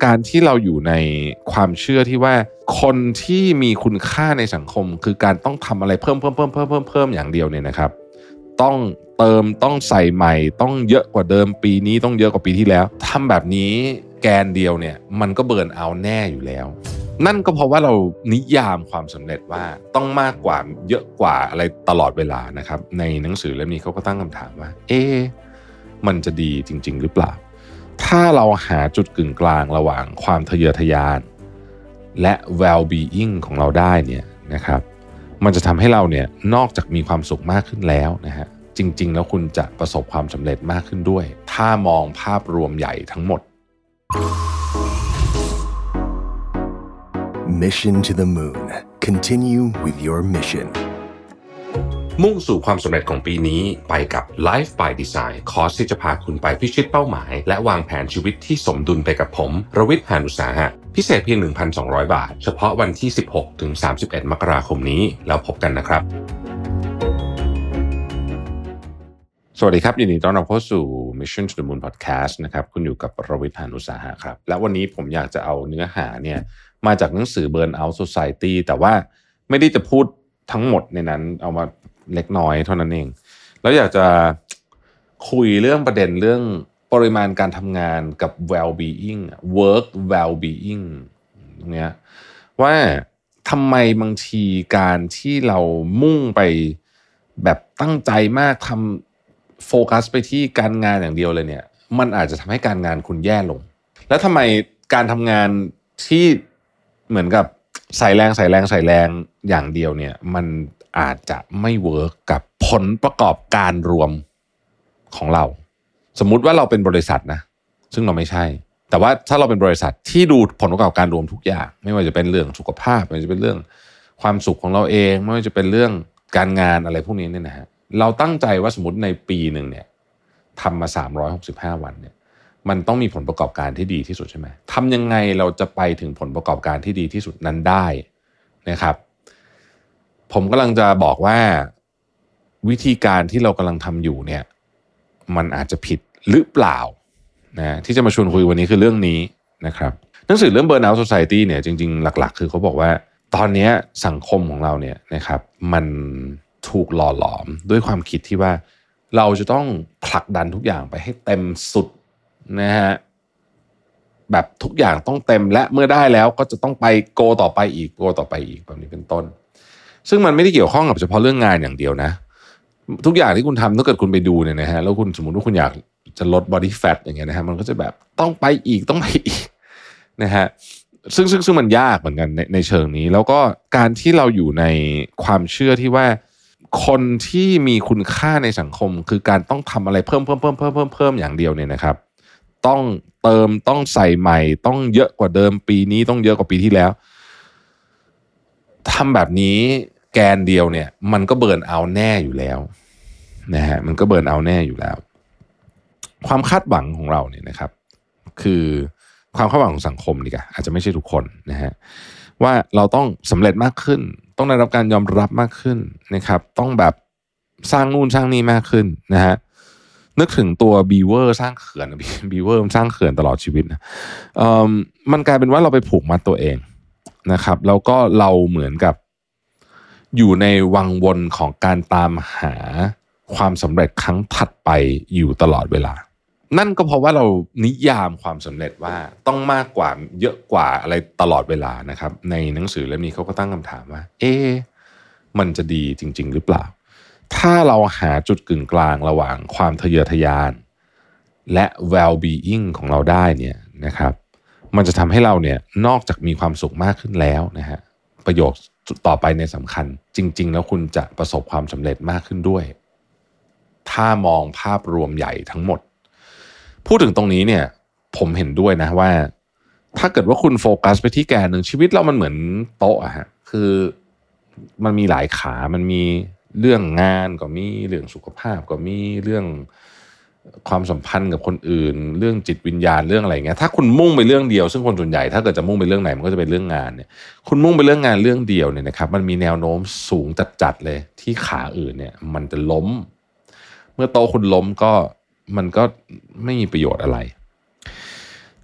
การที่เราอยู่ในความเชื่อที่ว่าคนที่มีคุณค่าในสังคมคือการต้องทำอะไรเพิ่มอย่างเดียวเนี่ยนะครับต้องเติมต้องใส่ใหม่ต้องเยอะกว่าเดิมปีนี้ต้องเยอะกว่าปีที่แล้วทำแบบนี้แกนเดียวเนี่ยมันก็เบิร์นเอาท์แน่อยู่แล้วนั่นก็เพราะว่าเรานิยามความสำเร็จว่าต้องมากกว่าเยอะกว่าอะไรตลอดเวลานะครับในหนังสือเล่มนี้เขาก็ตั้งคำถามว่ามันจะดีจริงๆหรือเปล่าถ้าเราหาจุดกึ่งกลางระหว่างความทะเยอทะยานและ well-being ของเราได้เนี่ยนะครับมันจะทำให้เราเนี่ยนอกจากมีความสุขมากขึ้นแล้วนะฮะจริงๆแล้วคุณจะประสบความสำเร็จมากขึ้นด้วยถ้ามองภาพรวมใหญ่ทั้งหมด Mission to the Moon Continue with your mission มุ่งสู่ความสำเร็จของปีนี้ไปกับ Life by Design คอร์สที่จะพาคุณไปพิชิตเป้าหมายและวางแผนชีวิตที่สมดุลไปกับผมรวิทย์ หาญอุตสาหะพิเศษเพียง 1,200 บาทเฉพาะวันที่ 16 ถึง 31 มกราคมนี้แล้วพบกันนะครับสวัสดีครับยินดีต้อนรับเข้าสู่ Mission to the Moon Podcast นะครับคุณอยู่กับรวิทย์ หาญอุตสาหะครับและวันนี้ผมอยากจะเอาเนื้อหาเนี่ยมาจากหนังสือ Burnout Society แต่ว่าไม่ได้จะพูดทั้งหมดในนั้นเอามาเล็กน้อยเท่านั้นเองแล้วอยากจะคุยเรื่องประเด็นเรื่องปริมาณการทำงานกับ well-being work well-being ตรงเนี้ยว่าทำไมบางทีการที่เรามุ่งไปแบบตั้งใจมากทำโฟกัสไปที่การงานอย่างเดียวเลยเนี่ยมันอาจจะทำให้การงานคุณแย่ลงแล้วทำไมการทำงานที่เหมือนกับใส่แรงอย่างเดียวเนี่ยมันอาจจะไม่เวิร์กกับผลประกอบการรวมของเราสมมุติว่าเราเป็นบริษัทนะซึ่งเราไม่ใช่แต่ว่าถ้าเราเป็นบริษัทที่ดูผลประกอบการรวมทุกอย่างไม่ว่าจะเป็นเรื่องสุขภาพไม่ว่าจะเป็นเรื่องความสุขของเราเองไม่ว่าจะเป็นเรื่องการงานอะไรพวกนี้เนี่ยนะฮะเราตั้งใจว่าสมมติในปีหนึ่งเนี่ยทำมา365วันเนี่ยมันต้องมีผลประกอบการที่ดีที่สุดใช่ไหมทำยังไงเราจะไปถึงผลประกอบการที่ดีที่สุดนั้นได้นะครับผมกำลังจะบอกว่าวิธีการที่เรากำลังทำอยู่เนี่ยมันอาจจะผิดหรือเปล่านะที่จะมาชวนคุยวันนี้คือเรื่องนี้นะครับหนังสือเรื่อง Burnout Society เนี่ยจริงๆหลักๆคือเขาบอกว่าตอนนี้สังคมของเราเนี่ยนะครับมันถูกหล่อหลอมด้วยความคิดที่ว่าเราจะต้องผลักดันทุกอย่างไปให้เต็มสุดนะฮะแบบทุกอย่างต้องเต็มและเมื่อได้แล้วก็จะต้องไปโกต่อไปอีกแบบนี้เป็นต้นซึ่งมันไม่ได้เกี่ยวข้องกับเฉพาะเรื่องงานอย่างเดียวนะทุกอย่างที่คุณทำถ้าเกิดคุณไปดูเนี่ยนะฮะแล้วคุณสมมติว่าคุณอยากจะลด body fat อย่างเงี้ยนะฮะมันก็จะแบบต้องไปอีกนะฮะซึ่งมันยากเหมือนกันในเชิงนี้แล้วก็การที่เราอยู่ในความเชื่อที่ว่าคนที่มีคุณค่าในสังคมคือการต้องทำอะไรเพิ่มอย่างเดียวเนี่ยนะครับต้องเติมต้องใส่ใหม่ต้องเยอะกว่าเดิมปีนี้ต้องเยอะกว่าปีที่แล้วทำแบบนี้แกนเดียวเนี่ยมันก็เบิร์นเอาท์แน่อยู่แล้วนะฮะมันก็เบิร์นเอาท์แน่อยู่แล้วความคาดหวังของเราเนี่ยนะครับคือความคาดหวังของสังคมนี่กะอาจจะไม่ใช่ทุกคนนะฮะว่าเราต้องสำเร็จมากขึ้นต้องได้รับการยอมรับมากขึ้นนะครับต้องแบบสร้างนู่นสร้างนี่มากขึ้นนะฮะนึกถึงตัวบีเวอร์สร้างเขื่อนบีเวอร์มันสร้างเขื่อนตลอดชีวิตนะมันกลายเป็นว่าเราไปผูกมัดตัวเองนะครับแล้วก็เราเหมือนกับอยู่ในวังวนของการตามหาความสำเร็จครั้งถัดไปอยู่ตลอดเวลานั่นก็เพราะว่าเรานิยามความสำเร็จว่าต้องมากกว่าเยอะกว่าอะไรตลอดเวลานะครับในหนังสือเล่มนี้เขาก็ตั้งคำถามว่ามันจะดีจริงๆหรือเปล่าถ้าเราหาจุดกึ่งกลางระหว่างความทะเยอทะยานและ well-being ของเราได้เนี่ยนะครับมันจะทำให้เราเนี่ยนอกจากมีความสุขมากขึ้นแล้วนะฮะประโยคต่อไปในสำคัญจริงๆแล้วคุณจะประสบความสำเร็จมากขึ้นด้วยถ้ามองภาพรวมใหญ่ทั้งหมดพูดถึงตรงนี้เนี่ยผมเห็นด้วยนะว่าถ้าเกิดว่าคุณโฟกัสไปที่แกนหนึ่งชีวิตเรามันเหมือนโต๊ะอะฮะคือมันมีหลายขามันมีเรื่องงานก็มีเรื่องสุขภาพก็มีเรื่องความสัมพันธ์กับคนอื่นเรื่องจิตวิญญาณเรื่องอะไรเงี้ยถ้าคุณมุ่งไปเรื่องเดียวซึ่งคนส่วนใหญ่ถ้าเกิดจะมุ่งไปเรื่องไหนมันก็จะเป็นเรื่องงานเนี่ยคุณมุ่งไปเรื่องงานเรื่องเดียวเนี่ยนะครับมันมีแนวโน้มสูงจัดเลยที่ขาอื่นเนี่ยมันจะล้มเมื่อโตคุณล้มก็มันก็ไม่มีประโยชน์อะไรแต่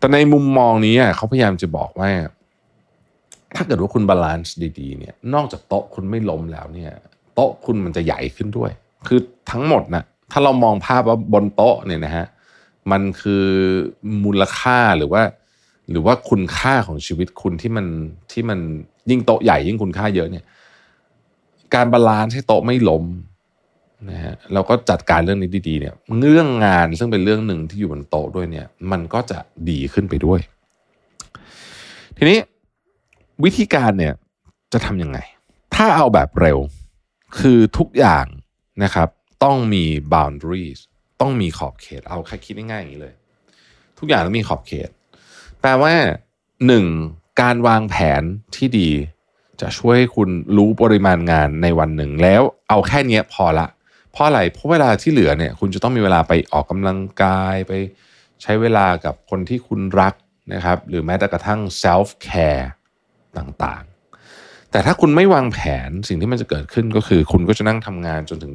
แต่ในมุมมองนี้เขาพยายามจะบอกว่าถ้าเกิดว่าคุณบาลานซ์ดีๆเนี่ยนอกจากโต๊ะคุณไม่ล้มแล้วเนี่ยโต๊ะคุณมันจะใหญ่ขึ้นด้วยคือทั้งหมดนะถ้าเรามองภาพว่าบนโต๊ะเนี่ยนะฮะมันคือมูลค่าหรือว่าคุณค่าของชีวิตคุณที่มันยิ่งโต๊ะใหญ่ยิ่งคุณค่าเยอะเนี่ยการบาลานซ์ให้โต๊ะไม่ล้มนะฮะเราก็จัดการเรื่องนี้ดีๆเนี่ยเรื่องงานซึ่งเป็นเรื่องหนึ่งที่อยู่บนโต๊ะด้วยเนี่ยมันก็จะดีขึ้นไปด้วยทีนี้วิธีการเนี่ยจะทำยังไงถ้าเอาแบบเร็วคือทุกอย่างนะครับต้องมี boundaries ต้องมีขอบเขตเอาแค่คิดง่ายๆอย่างนี้เลยทุกอย่างต้องมีขอบเขตแปลว่า1การวางแผนที่ดีจะช่วยให้คุณรู้ปริมาณงานในวันหนึ่งแล้วเอาแค่นี้พอละเพราะอะไรเพราะเวลาที่เหลือเนี่ยคุณจะต้องมีเวลาไปออกกำลังกายไปใช้เวลากับคนที่คุณรักนะครับหรือแม้แต่กระทั่ง self care ต่างๆแต่ถ้าคุณไม่วางแผนสิ่งที่มันจะเกิดขึ้นก็คือคุณก็จะนั่งทำงานจนถึง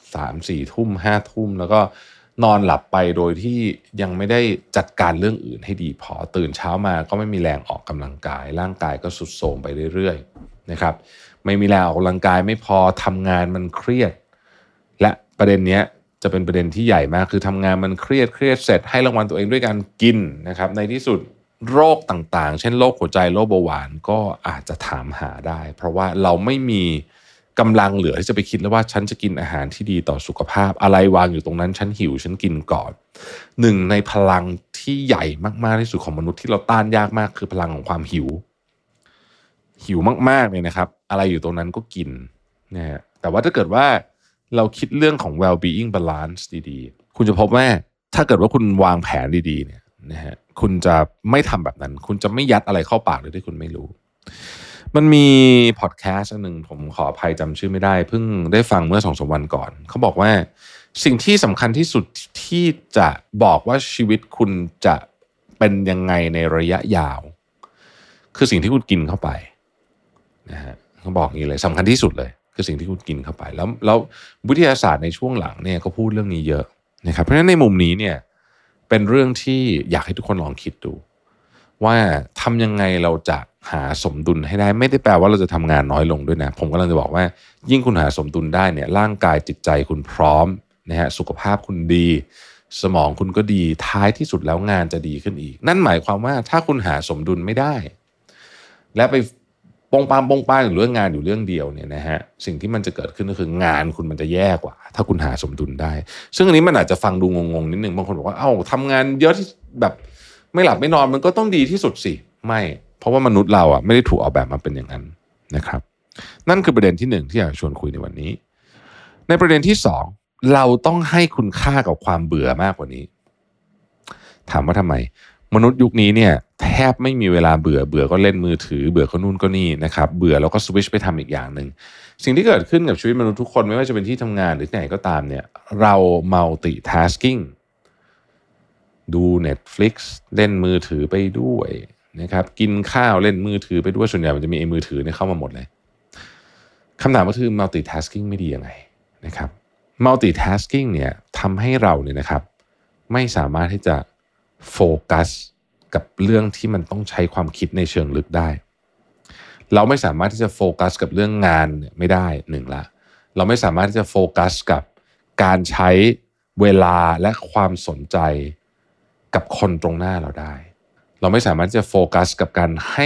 3-4 ทุ่ม5 ทุ่มแล้วก็นอนหลับไปโดยที่ยังไม่ได้จัดการเรื่องอื่นให้ดีพอตื่นเช้ามาก็ไม่มีแรงออกกำลังกายร่างกายก็ทรุดโทรมไปเรื่อยๆนะครับไม่มีแรงออกกำลังกายไม่พอทำงานมันเครียดและประเด็นนี้จะเป็นประเด็นที่ใหญ่มากคือทำงานมันเครียดเสร็จให้รางวัลตัวเองด้วยการกินนะครับในที่สุดโรคต่างๆเช่นโรคหัวใจโรคเบาหวานก็อาจจะถามหาได้เพราะว่าเราไม่มีกำลังเหลือที่จะไปคิดแล้วว่าฉันจะกินอาหารที่ดีต่อสุขภาพอะไรวางอยู่ตรงนั้นฉันหิวฉันกินก่อนหนึ่งในพลังที่ใหญ่มากๆที่สุดของมนุษย์ที่เราต้านยากมากคือพลังของความหิวมากๆเลยนะครับอะไรอยู่ตรงนั้นก็กินนะฮะแต่ว่าถ้าเกิดว่าเราคิดเรื่องของ well-being balance ดีๆคุณจะพบว่าถ้าเกิดว่าคุณวางแผนดีๆเนี่ยนะฮะคุณจะไม่ทำแบบนั้นคุณจะไม่ยัดอะไรเข้าปากเลยที่คุณไม่รู้มันมีพอดแคสต์อันหนึ่งผมขออภัยจำชื่อไม่ได้เพิ่งได้ฟังเมื่อ 2-3 วันก่อนเขาบอกว่าสิ่งที่สำคัญที่สุดที่จะบอกว่าชีวิตคุณจะเป็นยังไงในระยะยาวคือสิ่งที่คุณกินเข้าไปนะฮะเขาบอกอย่างนี้เลยสำคัญที่สุดเลยคือสิ่งที่คุณกินเข้าไปแล้ววิทยาศาสตร์ในช่วงหลังเนี่ยก็พูดเรื่องนี้เยอะนะครับเพราะฉะนั้นในมุมนี้เนี่ยเป็นเรื่องที่อยากให้ทุกคนลองคิดดูว่าทำยังไงเราจะหาสมดุลให้ได้ไม่ได้แปลว่าเราจะทำงานน้อยลงด้วยนะผมกำลังจะบอกว่ายิ่งคุณหาสมดุลได้เนี่ยร่างกายจิตใจคุณพร้อมนะฮะสุขภาพคุณดีสมองคุณก็ดีท้ายที่สุดแล้วงานจะดีขึ้นอีกนั่นหมายความว่าถ้าคุณหาสมดุลไม่ได้และไปปงปามอยู่เรื่องงานอยู่เรื่องเดียวเนี่ยนะฮะสิ่งที่มันจะเกิดขึ้นก็คืองานคุณมันจะแย่กว่าถ้าคุณหาสมดุลได้ซึ่งอันนี้มันอาจจะฟังดูงงๆนิดนึงบางคนบอกว่าเอ้าทำงานเยอะที่แบบไม่หลับไม่นอนมันก็ต้องดีที่สุดสิไม่เพราะว่ามนุษย์เราไม่ได้ถูกออกแบบมาเป็นอย่างนั้นนะครับนั่นคือประเด็นที่1ที่อยากชวนคุยในวันนี้ในประเด็นที่2เราต้องให้คุณค่ากับความเบื่อมากกว่านี้ถามว่าทำไมมนุษย์ยุคนี้เนี่ยแทบไม่มีเวลาเบื่อก็เล่นมือถือเบื่อก็นู่นก็นี่นะครับเบื่อแล้วก็สวิชไปทำอีกอย่างหนึ่งสิ่งที่เกิดขึ้นกับชีวิตมนุษย์ทุกคนไม่ว่าจะเป็นที่ทำงานหรือที่ไหนก็ตามเนี่ยเรา multitasking ดู Netflix เล่นมือถือไปด้วยนะครับกินข้าวเล่นมือถือไปด้วยส่วนใหญ่มันจะมีไอ้มือถือเนี่ยเข้ามาหมดเลยคำถามก็คือ multitasking ไม่ดียังไงนะครับ multitasking เนี่ยทำให้เราเนี่ยนะครับไม่สามารถที่จะโฟกัสกับเรื่องที่มันต้องใช้ความคิดในเชิงลึกได้เราไม่สามารถที่จะโฟกัสกับเรื่องงานไม่ได้ละเราไม่สามารถที่จะโฟกัสกับการใช้เวลาและความสนใจกับคนตรงหน้าเราได้เราไม่สามารถจะโฟกัสกับการให้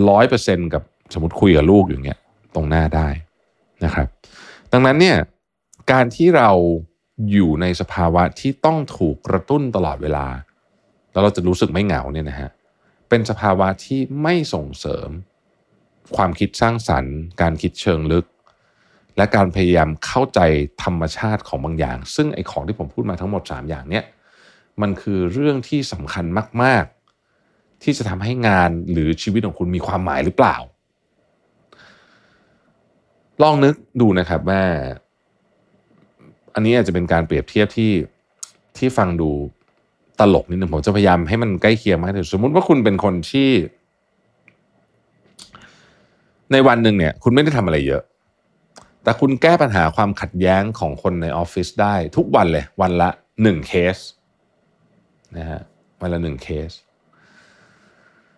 100% กับสมมติคุยกับลูกอย่างเงี้ยตรงหน้าได้นะครับดังนั้นเนี่ยการที่เราอยู่ในสภาวะที่ต้องถูกกระตุ้นตลอดเวลาแล้วเราจะรู้สึกไม่เหงาเนี่ยนะฮะเป็นสภาวะที่ไม่ส่งเสริมความคิดสร้างสรรค์การคิดเชิงลึกและการพยายามเข้าใจธรรมชาติของบางอย่างซึ่งไอ้ของที่ผมพูดมาทั้งหมด3อย่างเนี้ยมันคือเรื่องที่สำคัญมากๆที่จะทำให้งานหรือชีวิตของคุณมีความหมายหรือเปล่าลองนึกดูนะครับว่าอันนี้อาจจะเป็นการเปรียบเทียบที่ฟังดูตลกนิดนึงผมจะพยายามให้มันใกล้เคียงมากที่สุดสมมุติว่าคุณเป็นคนที่ในวันหนึ่งเนี่ยคุณไม่ได้ทำอะไรเยอะแต่คุณแก้ปัญหาความขัดแย้งของคนในออฟฟิศได้ทุกวันเลยวันละ1เคสนะฮะวันละ1เคส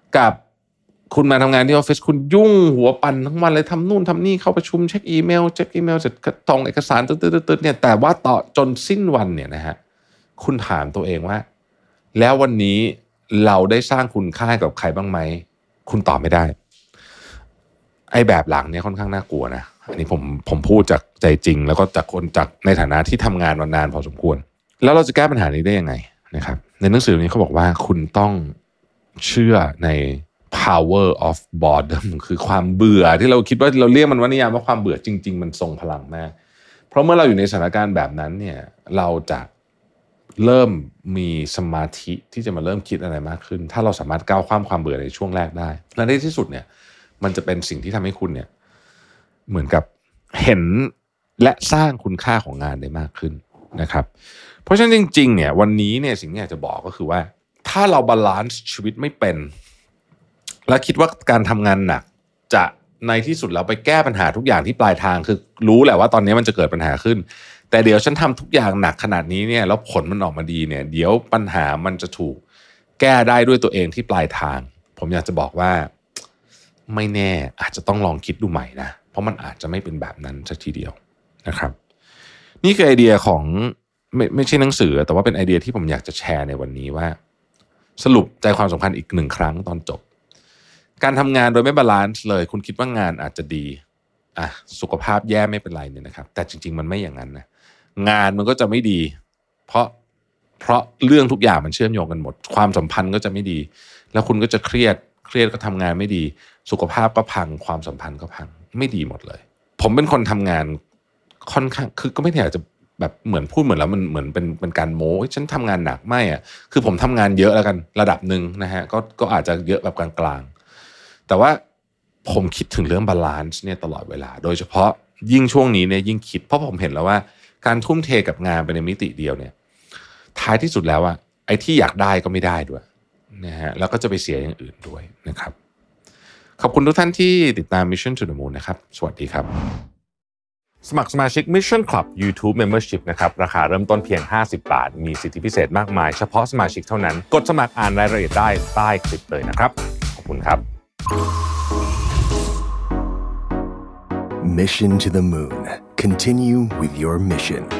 กับคุณมาทำงานที่ออฟฟิศคุณยุ่งหัวปั่นทั้งวันเลยทำนู่นทำนี่เข้าประชุมเช็คอีเมลเสร็จก็ส่งเอกสารตึ๊ดๆเนี่ยแต่ว่าต่อจนสิ้นวันเนี่ยนะฮะคุณถามตัวเองว่าแล้ววันนี้เราได้สร้างคุณค่ากับใครบ้างไหมคุณตอบไม่ได้ไอ้แบบหลังเนี่ยค่อนข้างน่ากลัวนะอันนี้ผมพูดจากใจจริงแล้วก็จากในฐานะที่ทำงานมานานพอสมควรแล้วเราจะแก้ปัญหานี้ได้ยังไงนะครับในหนังสือนี้เขาบอกว่าคุณต้องเชื่อใน power of boredom คือความเบื่อที่เราคิดว่าเราเรียกมันว่านิยามว่าความเบื่อจริงๆมันทรงพลังมากเพราะเมื่อเราอยู่ในสถานการณ์แบบนั้นเนี่ยเราจะเริ่มมีสมาธิที่จะมาเริ่มคิดอะไรมากขึ้นถ้าเราสามารถก้าวข้ามความเบื่อในช่วงแรกได้และในที่สุดเนี่ยมันจะเป็นสิ่งที่ทำให้คุณเนี่ยเหมือนกับเห็นและสร้างคุณค่าของงานได้มากขึ้นนะครับเพราะฉะนั้นจริงๆเนี่ยวันนี้เนี่ยสิ่งที่อยากจะบอกก็คือว่าถ้าเราบาลานซ์ชีวิตไม่เป็นและคิดว่าการทำงานหนักจะในที่สุดเราไปแก้ปัญหาทุกอย่างที่ปลายทางคือรู้แหละว่าตอนนี้มันจะเกิดปัญหาขึ้นแต่เดี๋ยวฉันทำทุกอย่างหนักขนาดนี้เนี่ยแล้วผลมันออกมาดีเนี่ยเดี๋ยวปัญหามันจะถูกแก้ได้ด้วยตัวเองที่ปลายทางผมอยากจะบอกว่าไม่แน่อาจจะต้องลองคิดดูใหม่นะเพราะมันอาจจะไม่เป็นแบบนั้นสักทีเดียวนะครับนี่คือไอเดียของไม่ใช่หนังสือแต่ว่าเป็นไอเดียที่ผมอยากจะแชร์ในวันนี้ว่าสรุปใจความสำคัญอีกหนึ่งครั้งตอนจบการทำงานโดยไม่บาลานซ์เลยคุณคิดว่างานอาจจะดีสุขภาพแย่ไม่เป็นไรเนี่ยนะครับแต่จริงๆมันไม่อย่างนั้นนะงานมันก็จะไม่ดีเพราะเรื่องทุกอย่างมันเชื่อมโยงกันหมดความสัมพันธ์ก็จะไม่ดีแล้วคุณก็จะเครียดก็ทำงานไม่ดีสุขภาพก็พังความสัมพันธ์ก็พังไม่ดีหมดเลยผมเป็นคนทำงานค่อนข้างคือก็ไม่อยากจะแบบเหมือนพูดเหมือนแล้วมันเหมือนเป็นการโม้ฉันทำงานหนักไม่คือผมทำงานเยอะแล้วกันระดับหนึ่งนะฮะก็อาจจะเยอะแบบกลางๆแต่ว่าผมคิดถึงเรื่องบาลานซ์เนี่ยตลอดเวลาโดยเฉพาะยิ่งช่วงนี้เนี่ยยิ่งคิดเพราะผมเห็นแล้วว่าการทุ่มเทกับงานไปในมิติเดียวเนี่ยท้ายที่สุดแล้วไอ้ที่อยากได้ก็ไม่ได้ด้วยนะฮะแล้วก็จะไปเสียอย่างอื่นด้วยนะครับขอบคุณทุกท่านที่ติดตาม Mission to the Moon นะครับสวัสดีครับสมัครสมาชิก Mission Club YouTube Membership นะครับราคาเริ่มต้นเพียง50 บาทมีสิทธิพิเศษมากมายเฉพาะสมาชิกเท่านั้นกดสมัครอ่านรายละเอียดได้ใต้คลิปเลยนะครับขอบคุณครับ Mission to the Moon. Continue with your mission.